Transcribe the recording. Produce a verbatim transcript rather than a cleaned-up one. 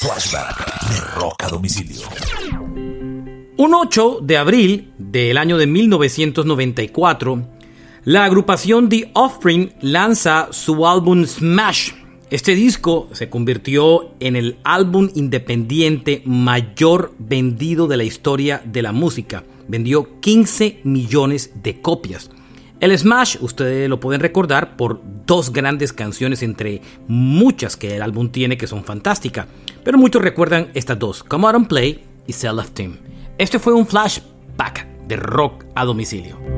Flashback de Rock a Domicilio. Un ocho de abril del año de mil novecientos noventa y cuatro, la agrupación The Offspring lanza su álbum Smash. Este disco se convirtió en el álbum independiente mayor vendido de la historia de la música. Vendió quince millones de copias. El Smash, ustedes lo pueden recordar por dos grandes canciones entre muchas que el álbum tiene que son fantásticas. Pero muchos recuerdan estas dos, Come Out and Play y Self-Esteem. Este fue un flashback de Rock a Domicilio.